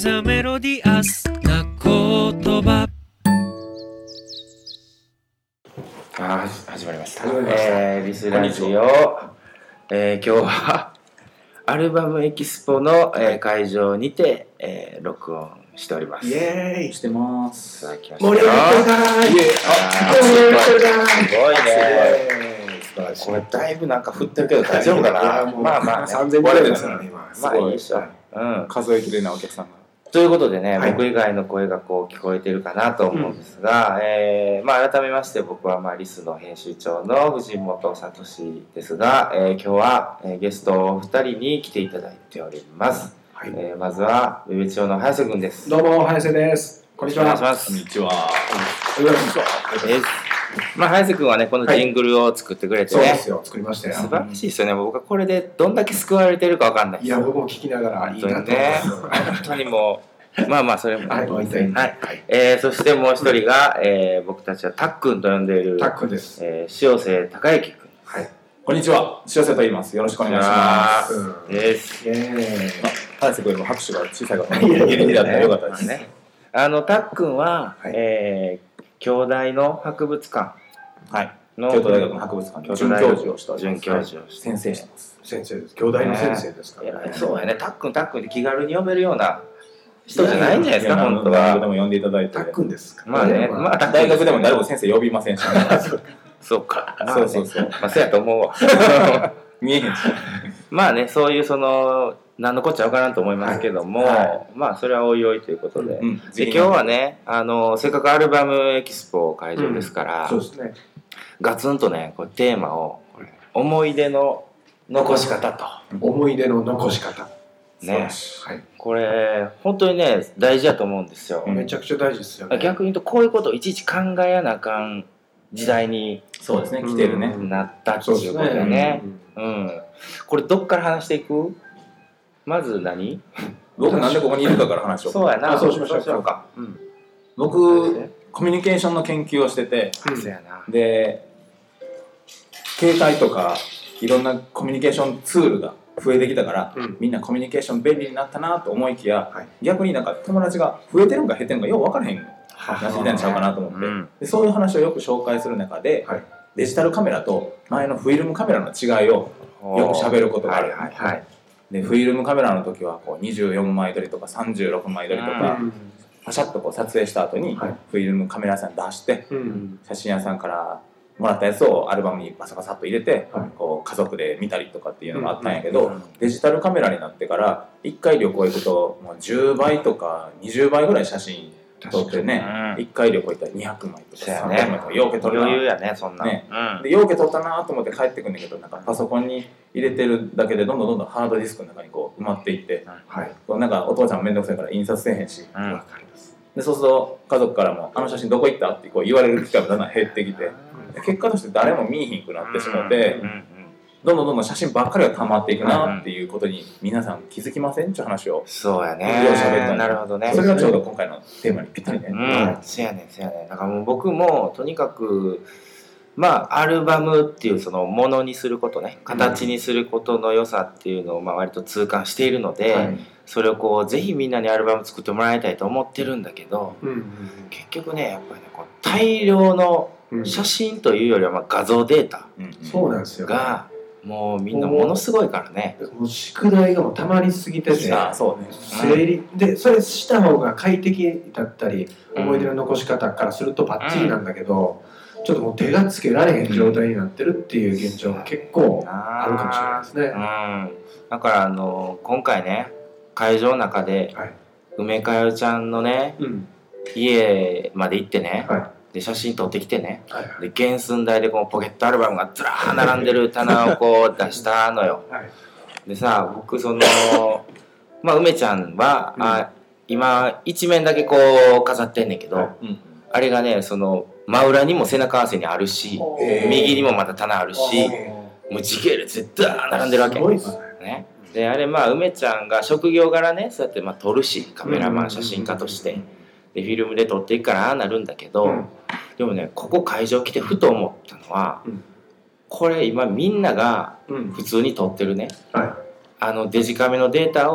ザメロディアスな言葉。 始まりました。リスラジオ、今日はアルバムエキスポの、会場にて、録音しております。 イエーイしてます。 さあ来ました盛り上がってるかー。イエーイ。盛り上がってるかー。 すごいね。これだいぶなんか振ってるけど大丈夫かな。まあまあね。 3000人ですからね今。 まあいいでしょ。 数えきれないお客さんが。 ということでね、僕以外の声がこう聞こえてるかなと思うんですが、改めまして僕はリスの編集長の藤本聡ですが、今日は、ゲストお二人に来ていただいております。まずはウェブ長の早瀬くんです。 どうも早瀬です。こんにちは。 お願いします。 こんにちは。 早瀬くんはねこのジングルを作ってくれてね、 そうですよ、作りましたよ。 素晴らしいですよね。僕はこれでどんだけ救われてるかわかんないです。 いや僕も聞きながらいいなと思いね、本当にもうまあそれもはい、そしてもう一人が、僕たちはたっくんと呼んでいるたっくんです。 塩瀬孝之くん。 はい。こんにちは。塩瀬と言います。よろしくお願いします。 です。 早瀬くんの拍手が小さい方ギリギリだったらよかったですね。 たっくんは京大の博物館の京都大学の博物館で准教授をしております。 准教授を先生してます。 先生です。京大の先生ですから。 そうやね。たっくんって気軽に呼べるような人じゃないんじゃないですか。本当は。 大学でも呼んでいただいて。 たっくんですか。 まあね。 大学でも誰も先生呼びませんし。 そうか。 そう。 そうやと思うわ。 見えへんし。 まあね、そういう何のこっちゃわからんと思いますけども、まあそれはおいおいということで、今日はね、せっかくアルバムエキスポ会場ですから、 そうですね。 ガツンとね、これテーマを思い出の残し方と。 思い出の残し方。 ね、これ本当にね大事だと思うんですよ。 めちゃくちゃ大事ですよね。 逆に言うとこういうことをいちいち考えやなあかん時代にそうですね、来てるね。 なったっていうことでね。これどっから話していく？まず何？ 僕なんでここにいるかから話しよう。 そうやな。 そうしましょうか。 僕コミュニケーションの研究をしてて、で携帯とかいろんなコミュニケーションツールが増えてきたから、みんなコミュニケーション便利になったなと思いきや、逆になんか友達が増えてるんか減ってるんかよう分からへん話みたいにちゃうかなと思って、でそういう話をよく紹介する中で、デジタルカメラと前のフィルムカメラの違いをよく喋ることがある。でフィルムカメラの時はこう24枚撮りとか36枚撮りとか、パシャッとこう撮影した後にフィルムカメラ屋さんに出して、写真屋さんからもらったやつをアルバムにバサバサっと入れて、こう家族で見たりとかっていうのがあったんやけど、デジタルカメラになってから1回旅行行くともう10倍とか20倍ぐらい写真撮ってね、1回旅行行ったら200枚とか300枚とかようけ撮るな、 余裕やねそんなね、でようけ撮ったなと思って帰ってくるんだけど、なんかパソコンに入れてるだけでどんどんハードディスクの中にこう埋まっていって、なんかお父ちゃんも面倒くさいから印刷せえへんし、でそうすると家族からも「あの写真どこ行った?」ってこう言われる機会もだんだん減ってきて、結果として誰も見えひんくなってしまって、どんどん写真ばっかりが溜まっていくなっていうことに皆さん気づきませんっていう話をそうやね。なるほどね。 それがちょうど今回のテーマにぴったりね。 そうやね。だからもう僕もとにかくアルバムっていうそのものにすることね、形にすることの良さっていうのを割と痛感しているので、それをこうぜひみんなにアルバム作ってもらいたいと思ってるんだけど、結局ねやっぱりねこう大量の写真というよりは画像データがもうみんなものすごいからね。 もう宿題がもうたまりすぎてて、整理でそれした方が快適だったり、思い出の残し方からするとバッチリなんだけど、ちょっともう手がつけられへん状態になってるっていう現状が結構あるかもしれないですね。 だから今回ね会場の中で梅かよちゃんのね家まで行ってね、で写真撮ってきてね、で原寸大でこのポケットアルバムがずらー並んでる棚をこう出したのよ。でさ僕梅ちゃんは今一面だけこう飾ってんねんけど、あれがね真裏にも背中合わせにあるし、右にもまた棚あるし、もう時系列でダーッ並んでるわけね。であれ梅ちゃんが職業柄ねそうやって撮るし、カメラマン写真家としてでフィルムで撮っていくからなるんだけど、でもねここ会場来てふと思ったのは、これ今みんなが普通に撮ってるね、デジカメのデータを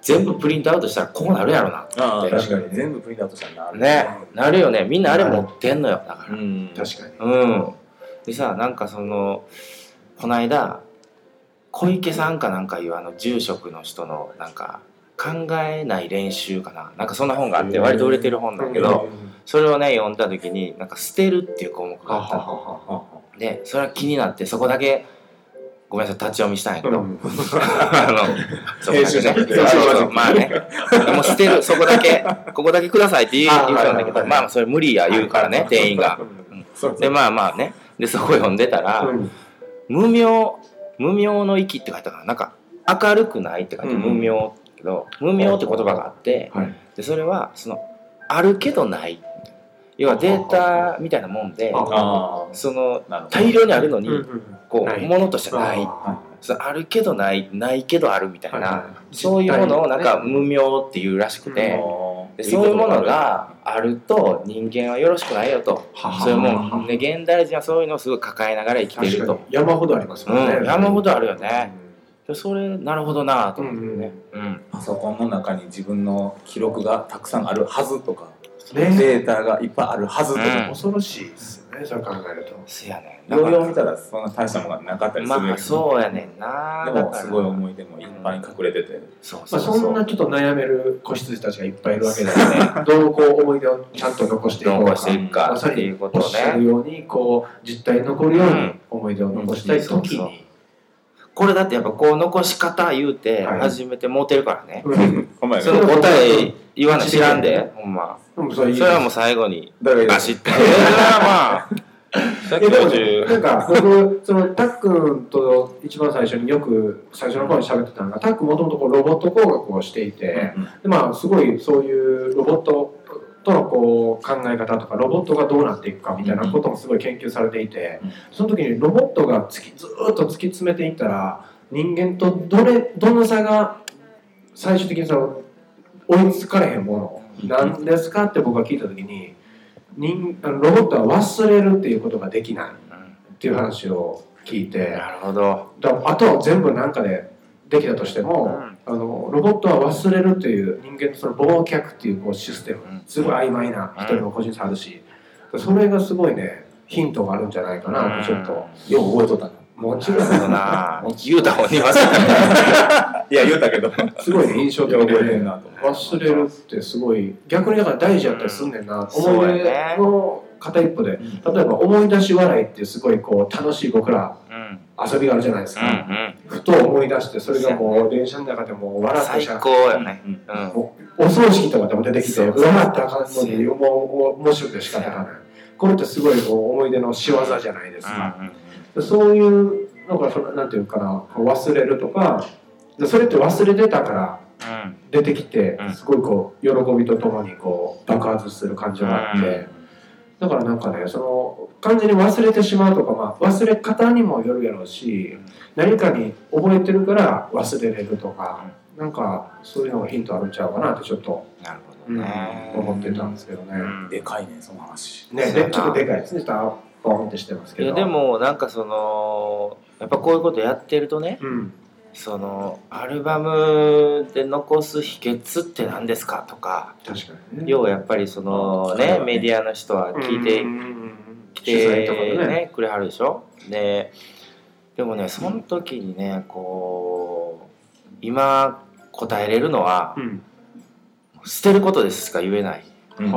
全部プリントアウトしたらこうなるやろなって。 確かに全部プリントアウトしたらなるね。なるよね。みんなあれ持ってんのよ。だから。 確かに。 でさ、なんかこの間小池さんかなんかいう住職の人のなんか考えない練習かな、なんかそんな本があって割と売れてる本だけど、それをね読んだ時になんか捨てるっていう項目があったので、それは気になってそこだけごめんなさい立ち読みしたんやけど、そこだけね、そうまあね、もう捨てる、そこだけここだけくださいって言うんだけど、まあそれ無理や言うからね店員が。でまあね、でそこ読んでたら無明の息って書いてあるから、なんか明るくないって書いて無明けど、無明って言葉があって、でそれはあるけどない、要はデータみたいなもんで、大量にあるのにこうものとしてない、あるけどないけどあるみたいな、そういうものをなんか無明っていうらしくて、でそういうものがあると人間はよろしくないよと。それもね、現代人はそういうのをすごい抱えながら生きてると。 山ほどありますもんね。 山ほどあるよね。それなるほどなと思ってね。 パソコンの中に自分の記録がたくさんあるはずとか、データがいっぱいあるはずとか、 恐ろしいですよね、それ考えると。 そうやね。 ようよう見たらそんな大したものがなかったりする。 まあそうやねんな。 でもすごい思い出もいっぱい隠れてて、 そんなちょっと悩める子羊たちがいっぱいいるわけだよね。どうこう思い出をちゃんと残していこうかっていうことをね、おっしゃるようにこう実体に残るように思い出を残したい時に、 これだってやっぱこう残し方言うて初めて持てるからね。その答え言わな知らんで、ほんま。それはもう最後にガシッて。まあなんか僕タックンと一番最初によく最初の頃に喋ってたのが、タックンもともとロボット工学をしていて、でまあすごいそういうロボットとのこう考え方とか、ロボットがどうなっていくかみたいなこともすごい研究されていて、その時にロボットがずっと突き詰めていったら人間とどの差が最終的に追いつかれへんものなんですかって僕が聞いた時に、ロボットは忘れるっていうことができないっていう話を聞いて、 なるほど。 あとは全部なんかでできたとしても、ロボットは忘れるという人間の忘却っていうシステム、すごい曖昧な一人の個人差あるし、それがすごいねヒントがあるんじゃないかなとちょっと。 よく覚えとったの。 もちろんだな。言うた方に言わせた。 いや言うたけど、 すごいね印象的で、忘れるってすごい逆にだから大事やったりすんねんな。思い出の片一歩で、例えば思い出し笑いってすごいこう楽しい僕ら遊びがあるじゃないですか。ふと思い出して、それがもう電車の中でも笑って最高よね。 お葬式とかでも出てきて笑ったらあかんのにもう面白くて仕方がない。これってすごい思い出の仕業じゃないですか。そういうのがなんていうかな、忘れるとか、それって忘れてたから出てきて、すごいこう喜びとともにこう爆発する感情があって、だからなんかね、完全に忘れてしまうとか、まあ、忘れ方にもよるやろうし、何かに覚えてるから忘れれるとか、なんかそういうのがヒントあるんちゃうかなってちょっと思ってたんですけどね。 でかいねその話。 ね、ちょっとでかいですね。ポンってしてますけど。 いやでもなんかやっぱこういうことやってるとね、アルバムで残す秘訣って何ですかとか、 確かにね、 要はやっぱりメディアの人は聞いてきてねくれはるでしょ。でもね、その時にねこう今答えれるのは、捨てることですしか言えない。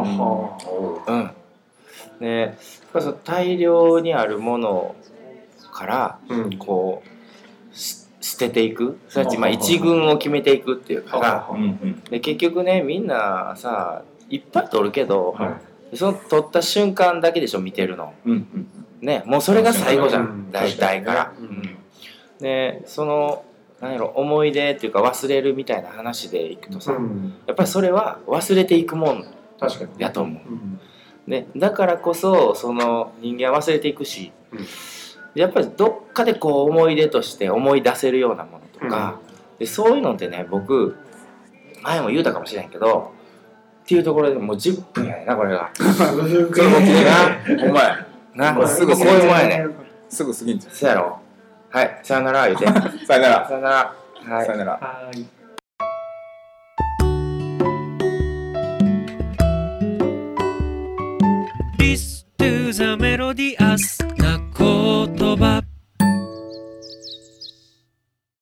で大量にあるものからこう捨てていく、すなわち一群を決めていくっていうか、で結局ねみんなさいっぱい撮るけど、その撮った瞬間だけでしょ見てるの、ね、もうそれが最後じゃん大体から。で何やろ思い出っていうか忘れるみたいな話でいくとさ、やっぱりそれは忘れていくもんやと思う。でだからこそ人間は忘れていくし、やっぱりどっかでこう思い出として思い出せるようなものとか、でそういうのってね僕前も言うたかもしれんけどっていうところでもう10分やねんなこれが。 お前なすぐこういうもんやねん。 すぐ過ぎんじゃん。 そうやろ。はい、さよなら言うて。 さよなら。 さよなら。 さよなら。 はい。 ザメロディアス